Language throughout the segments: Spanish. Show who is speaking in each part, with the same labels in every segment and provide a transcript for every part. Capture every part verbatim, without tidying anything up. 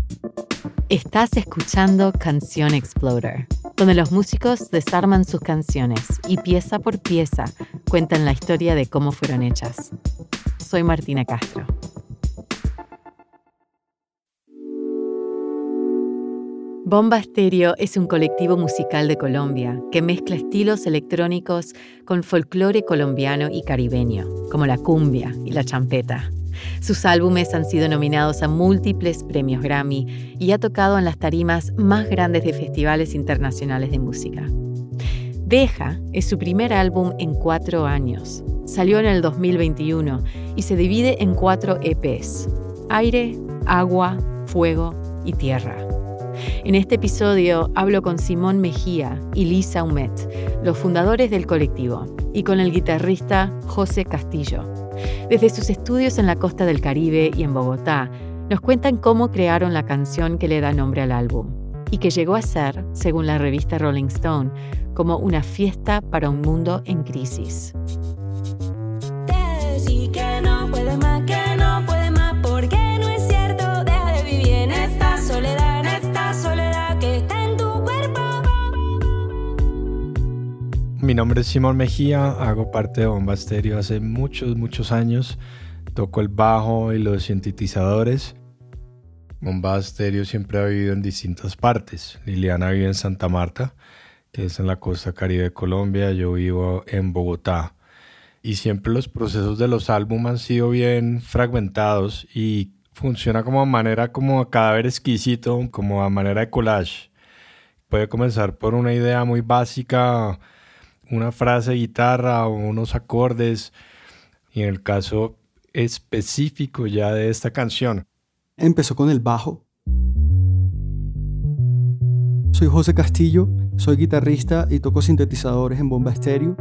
Speaker 1: Estás escuchando Canción Exploder, donde los músicos desarman sus canciones y pieza por pieza cuentan la historia de cómo fueron hechas. Soy Martina Castro. Bomba Estéreo es un colectivo musical de Colombia que mezcla estilos electrónicos con folclore colombiano y caribeño, como la cumbia y la champeta. Sus álbumes han sido nominados a múltiples premios Grammy y ha tocado en las tarimas más grandes de festivales internacionales de música. Deja es su primer álbum en cuatro años. Salió en el dos mil veintiuno y se divide en cuatro E Pes: Aire, Agua, Fuego y Tierra. En este episodio hablo con Simón Mejía y Lee Saumet, los fundadores del colectivo, y con el guitarrista José Castillo. Desde sus estudios en la costa del Caribe y en Bogotá, nos cuentan cómo crearon la canción que le da nombre al álbum, y que llegó a ser, según la revista Rolling Stone, como una fiesta para un mundo en crisis.
Speaker 2: Decir que no puedes más, que no puedes más, porque no es cierto, deja de vivir en esta soledad, en esta soledad que está en tu cuerpo.
Speaker 3: Mi nombre es Simón Mejía, hago parte de Bomba Estéreo hace muchos, muchos años. Toco el bajo y los sintetizadores. Bomba Estéreo siempre ha vivido en distintas partes. Liliana vive en Santa Marta, que es en la costa caribe de Colombia. Yo vivo en Bogotá. Y siempre los procesos de los álbumes han sido bien fragmentados y funciona como a manera como a cadáver exquisito, como a manera de collage. Puede comenzar por una idea muy básica, una frase de guitarra o unos acordes, y en el caso específico ya de esta canción.
Speaker 4: Empezó con el bajo. Soy José Castillo, soy guitarrista y toco sintetizadores en Bomba Estéreo.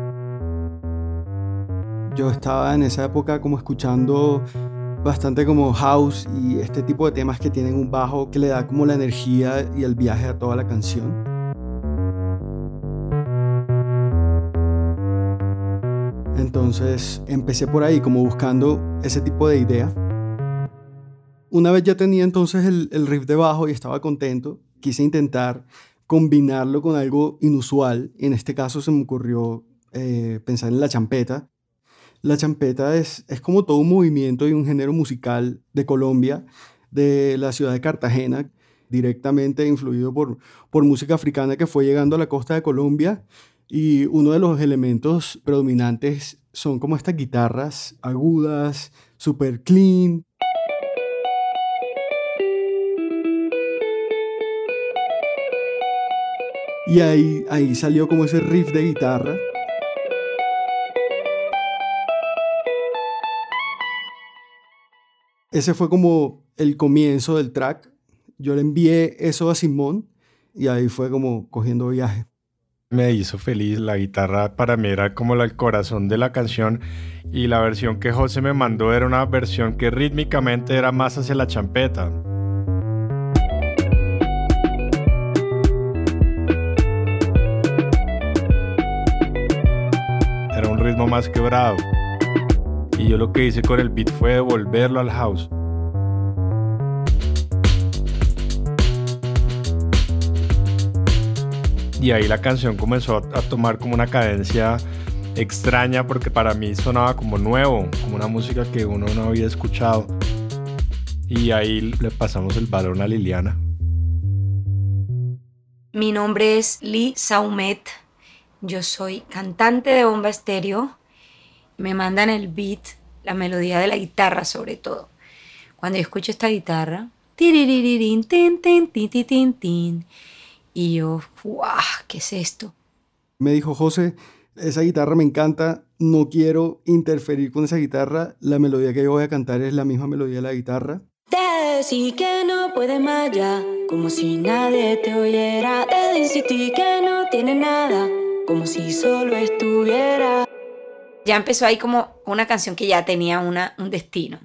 Speaker 4: Yo estaba en esa época como escuchando bastante como house y este tipo de temas que tienen un bajo que le da como la energía y el viaje a toda la canción. Entonces empecé por ahí como buscando ese tipo de idea. Una vez ya tenía entonces el, el riff de bajo y estaba contento, quise intentar combinarlo con algo inusual. En este caso se me ocurrió eh, pensar en la champeta. La champeta es, es como todo un movimiento y un género musical de Colombia, de la ciudad de Cartagena, directamente influido por, por música africana que fue llegando a la costa de Colombia. Y uno de los elementos predominantes son como estas guitarras agudas, super clean. Y ahí, ahí salió como ese riff de guitarra. Ese fue como el comienzo del track. Yo le envié eso a Simón y ahí fue como cogiendo viaje.
Speaker 3: Me hizo feliz, la guitarra para mí era como el corazón de la canción, y la versión que José me mandó era una versión que rítmicamente era más hacia la champeta. Era un ritmo más quebrado. Y yo lo que hice con el beat fue devolverlo al house. Y ahí la canción comenzó a, a tomar como una cadencia extraña, porque para mí sonaba como nuevo, como una música que uno no había escuchado. Y ahí le pasamos el balón a Liliana.
Speaker 5: Mi nombre es Lee Saumet. Yo soy cantante de Bomba Estéreo. Me mandan el beat, la melodía de la guitarra sobre todo. Cuando yo escucho esta guitarra, tiriririn, tin, tin, tin, tin, tin, tin, y yo, ¡guau! ¿Qué es esto?
Speaker 4: Me dijo, José, esa guitarra me encanta, no quiero interferir con esa guitarra, la melodía que yo voy a cantar es la misma melodía de la guitarra.
Speaker 2: Decir que no puedes más ya, como si nadie te oyera. De insistir que no tienes nada, como si solo estuviera.
Speaker 5: Ya empezó ahí como una canción que ya tenía una, un destino.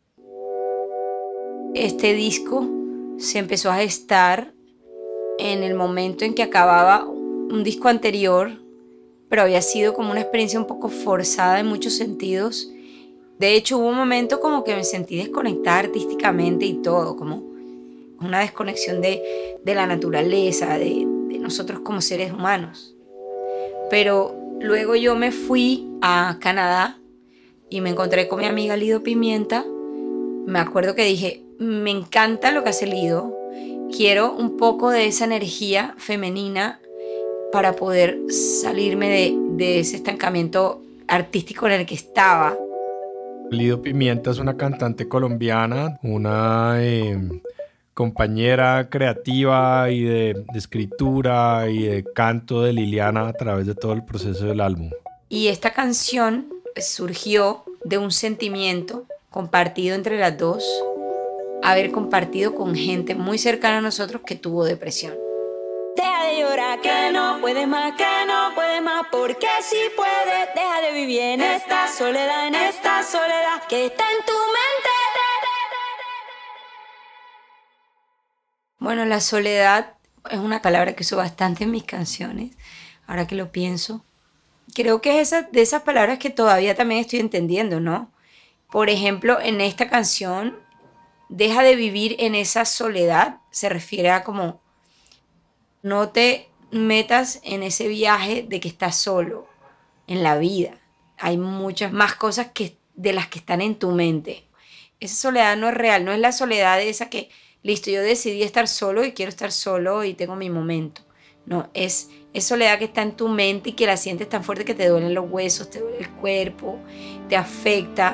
Speaker 5: Este disco se empezó a gestar en el momento en que acababa un disco anterior, pero había sido como una experiencia un poco forzada en muchos sentidos. De hecho, hubo un momento como que me sentí desconectada artísticamente y todo, como una desconexión de, de la naturaleza, de, de nosotros como seres humanos. Pero luego yo me fui a Canadá y me encontré con mi amiga Lido Pimienta. Me acuerdo que dije, me encanta lo que hace Lido, quiero un poco de esa energía femenina para poder salirme de, de ese estancamiento artístico en el que estaba.
Speaker 3: Lido Pimienta es una cantante colombiana, una eh, compañera creativa y de, de escritura y de canto de Liliana a través de todo el proceso del álbum.
Speaker 5: Y esta canción surgió de un sentimiento compartido entre las dos, haber compartido con gente muy cercana a nosotros que tuvo depresión.
Speaker 2: Deja de llorar, que no puedes más, que no puedes más, porque si puedes, deja de vivir en esta soledad, en esta soledad que está en tu mente.
Speaker 5: Bueno, la soledad es una palabra que uso bastante en mis canciones, ahora que lo pienso. Creo que es esa, de esas palabras que todavía también estoy entendiendo, ¿no? Por ejemplo, en esta canción, deja de vivir en esa soledad, se refiere a como no te metas en ese viaje de que estás solo en la vida. Hay muchas más cosas que, de las que están en tu mente. Esa soledad no es real, no es la soledad de esa que, listo, yo decidí estar solo y quiero estar solo y tengo mi momento. No, es, es soledad que está en tu mente y que la sientes tan fuerte que te duelen los huesos, te duele el cuerpo, te afecta.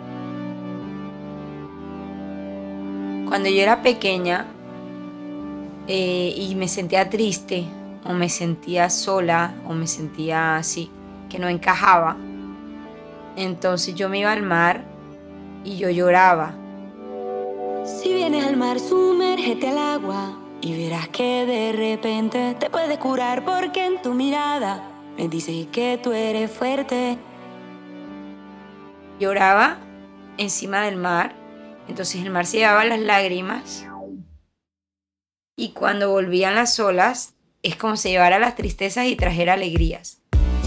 Speaker 5: Cuando yo era pequeña eh, y me sentía triste o me sentía sola o me sentía así, que no encajaba, entonces yo me iba al mar y yo lloraba.
Speaker 2: Si vienes al mar, sumérgete al agua y verás que de repente te puedes curar, porque en tu mirada me dices que tú eres fuerte.
Speaker 5: Lloraba encima del mar, entonces el mar se llevaba las lágrimas y cuando volvían las olas es como si llevara las tristezas y trajera alegrías.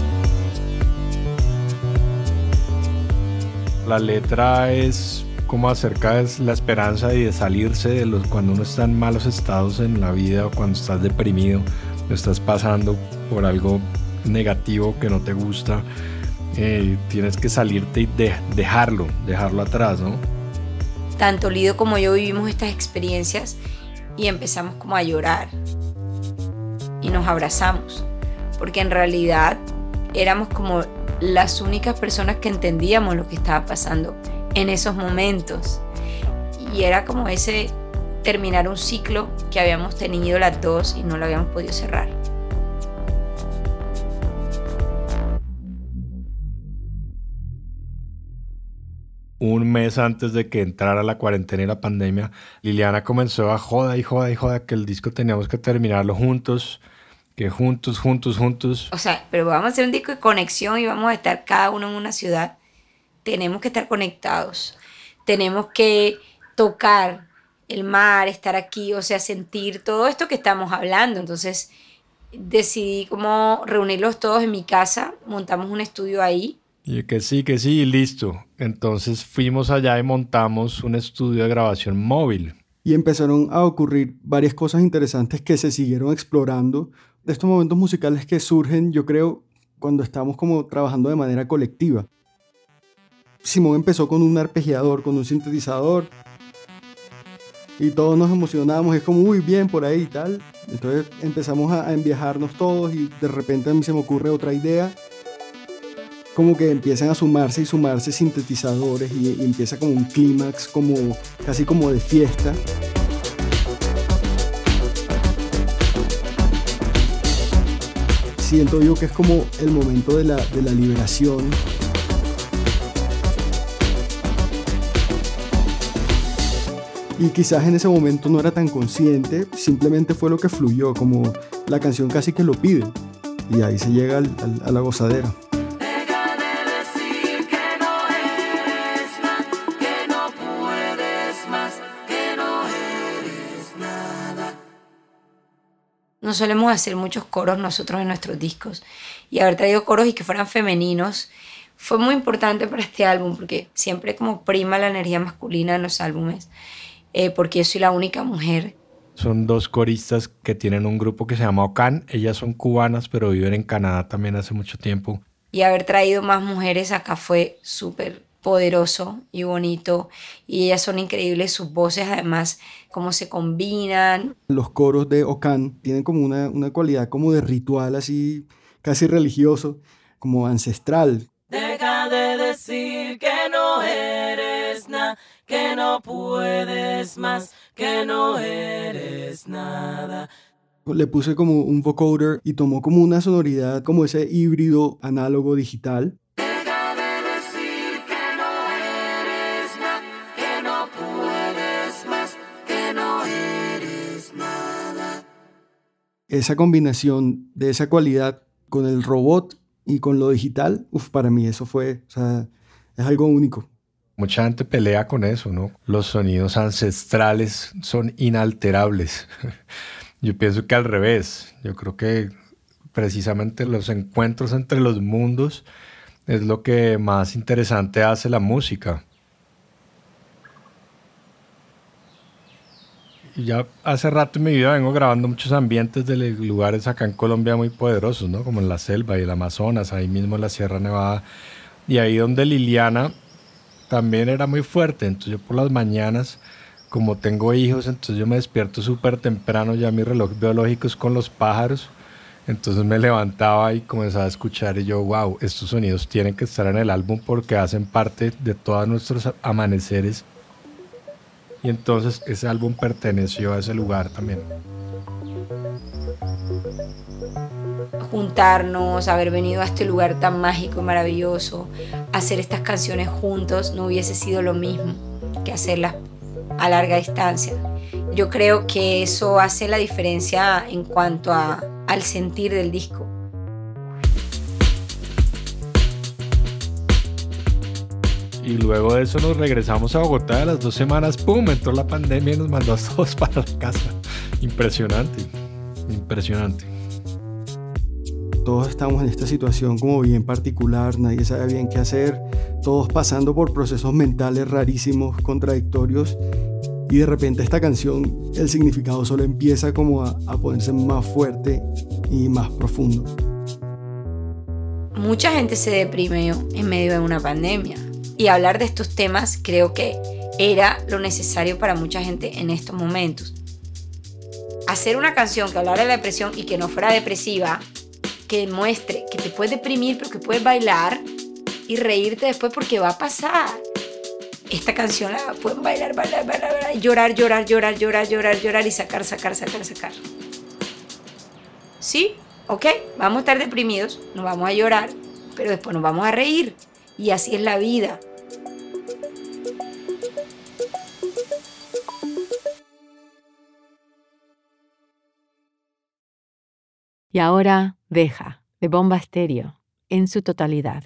Speaker 3: La letra es como acerca de la esperanza y de salirse de los cuando uno está en malos estados en la vida o cuando estás deprimido, o estás pasando por algo negativo que no te gusta, eh, tienes que salirte y de, dejarlo, dejarlo atrás, ¿no?
Speaker 5: Tanto Lido como yo vivimos estas experiencias y empezamos como a llorar y nos abrazamos, porque en realidad éramos como las únicas personas que entendíamos lo que estaba pasando en esos momentos, y era como ese terminar un ciclo que habíamos tenido las dos y no lo habíamos podido cerrar.
Speaker 3: Un mes antes de que entrara la cuarentena y la pandemia, Liliana comenzó a joda y joda y joda que el disco teníamos que terminarlo juntos, que juntos, juntos, juntos.
Speaker 5: O sea, pero vamos a hacer un disco de conexión y vamos a estar cada uno en una ciudad. Tenemos que estar conectados, tenemos que tocar el mar, estar aquí, o sea, sentir todo esto que estamos hablando. Entonces decidí como reunirlos todos en mi casa, montamos un estudio ahí.
Speaker 3: Y que sí, que sí, y listo. Entonces fuimos allá y montamos un estudio de grabación móvil.
Speaker 4: Y empezaron a ocurrir varias cosas interesantes que se siguieron explorando. De estos momentos musicales que surgen, yo creo, cuando estamos como trabajando de manera colectiva. Simón empezó con un arpegiador, con un sintetizador. Y todos nos emocionamos, es como, uy, bien, por ahí y tal. Entonces empezamos a, a enviajarnos todos y de repente a mí se me ocurre otra idea. Como que empiezan a sumarse y sumarse sintetizadores y, y empieza como un clímax, como, casi como de fiesta. Siento yo que es como el momento de la, de la liberación. Y quizás en ese momento no era tan consciente, simplemente fue lo que fluyó, como la canción casi que lo pide. Y ahí se llega al, al, a la gozadera.
Speaker 5: No solemos hacer muchos coros nosotros en nuestros discos, y haber traído coros y que fueran femeninos fue muy importante para este álbum, porque siempre como prima la energía masculina en los álbumes, eh, porque yo soy la única mujer
Speaker 3: Son dos coristas que tienen un grupo que se llama Ocán. Ellas son cubanas, pero viven en Canadá también hace mucho tiempo.
Speaker 5: Y haber traído más mujeres acá fue súper poderoso y bonito. Y ellas son increíbles, sus voces además, cómo se combinan.
Speaker 4: Los coros de Ocán tienen como una, una cualidad como de ritual así, casi religioso, como ancestral.
Speaker 6: Deja de decir que no eres nada, que no puedes más, que no eres nada.
Speaker 4: Le puse como un vocoder y tomó como una sonoridad, como ese híbrido análogo digital.
Speaker 6: Deja de decir que no eres nada, que no puedes más, que no eres nada.
Speaker 4: Esa combinación de esa cualidad con el robot y con lo digital, uf, para mí eso fue, o sea, es algo único.
Speaker 3: Mucha gente pelea con eso, ¿no? Los sonidos ancestrales son inalterables. Yo pienso que al revés. Yo creo que precisamente los encuentros entre los mundos es lo que más interesante hace la música. Y ya hace rato en mi vida vengo grabando muchos ambientes de lugares acá en Colombia muy poderosos, ¿no? Como en la selva y el Amazonas, ahí mismo en la Sierra Nevada. Y ahí donde Liliana también era muy fuerte. Entonces yo por las mañanas, como tengo hijos, entonces yo me despierto súper temprano, ya mi reloj biológico es con los pájaros. Entonces me levantaba y comenzaba a escuchar y yo, wow, estos sonidos tienen que estar en el álbum porque hacen parte de todos nuestros amaneceres. Y entonces ese álbum perteneció a ese lugar también.
Speaker 5: Juntarnos, haber venido a este lugar tan mágico y maravilloso, hacer estas canciones juntos no hubiese sido lo mismo que hacerlas a larga distancia. Yo creo que eso hace la diferencia en cuanto a, al sentir del disco.
Speaker 3: Y luego de eso nos regresamos a Bogotá, a las dos semanas, ¡pum!, entró la pandemia y nos mandó a todos para la casa. Impresionante, impresionante.
Speaker 4: Todos estamos en esta situación como bien particular, nadie sabe bien qué hacer, todos pasando por procesos mentales rarísimos, contradictorios, y de repente esta canción, el significado solo empieza como a, a ponerse más fuerte y más profundo.
Speaker 5: Mucha gente se deprimió en medio de una pandemia. Y hablar de estos temas creo que era lo necesario para mucha gente en estos momentos. Hacer una canción que hablara de la depresión y que no fuera depresiva, que muestre que te puedes deprimir pero que puedes bailar y reírte después porque va a pasar. Esta canción la pueden bailar, bailar, bailar, bailar, llorar, llorar, llorar, llorar, llorar, llorar y sacar, sacar, sacar, sacar. Sí, ok, vamos a estar deprimidos, nos vamos a llorar, pero después nos vamos a reír. Y así es la vida.
Speaker 1: Y ahora, Deja, de Bomba Estéreo, en su totalidad.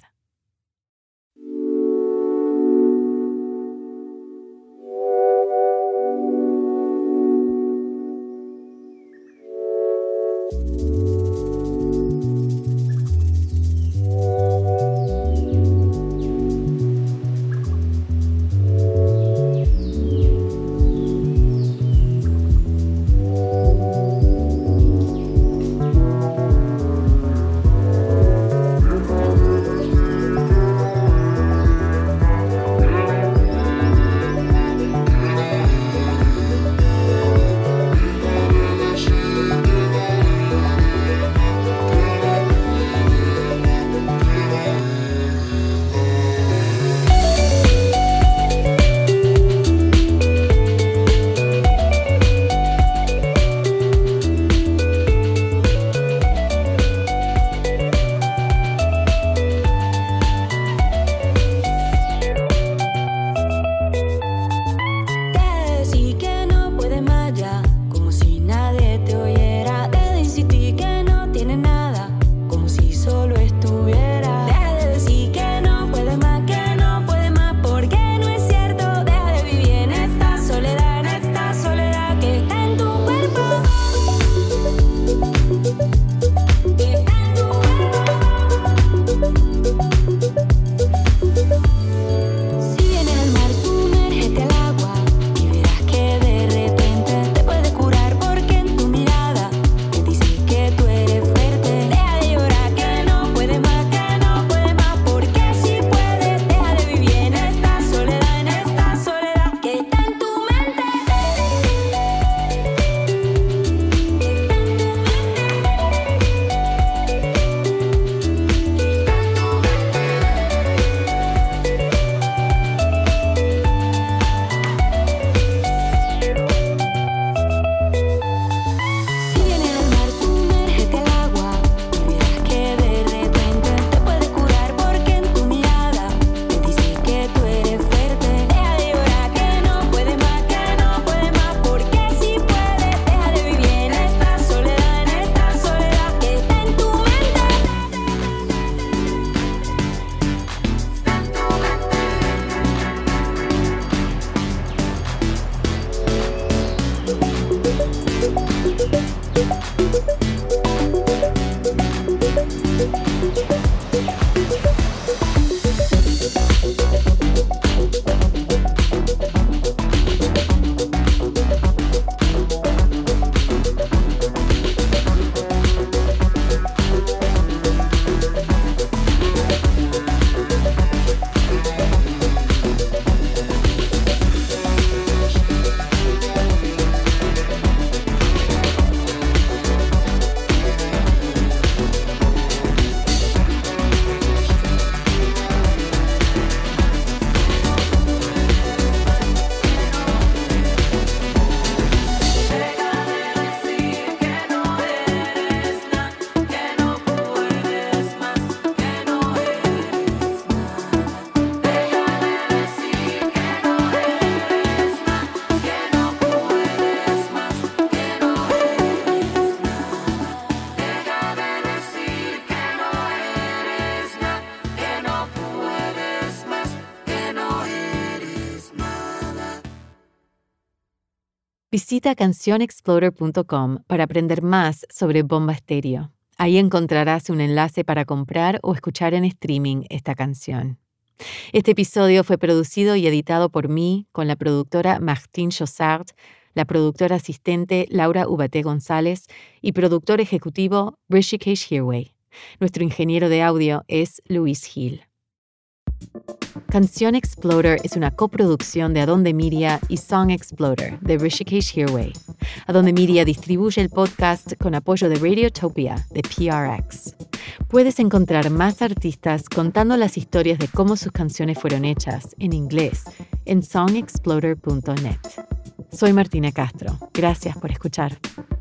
Speaker 1: Visita canción exploder punto com para aprender más sobre Bomba Estéreo. Ahí encontrarás un enlace para comprar o escuchar en streaming esta canción. Este episodio fue producido y editado por mí, con la productora Martine Chossard, la productora asistente Laura Ubaté González y productor ejecutivo Rishikesh Hirway. Nuestro ingeniero de audio es Luis Gil. Canción Exploder es una coproducción de Adonde Media y Song Exploder de Rishikesh Hirway. Adonde Media distribuye el podcast con apoyo de Radiotopia de P R X. Puedes encontrar más artistas contando las historias de cómo sus canciones fueron hechas en inglés en song exploder punto net. Soy Martina Castro. Gracias por escuchar.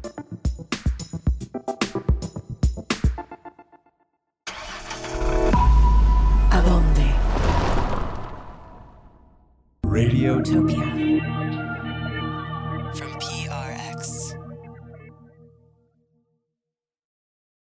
Speaker 2: ¿A dónde?
Speaker 7: Radiotopia.
Speaker 2: From P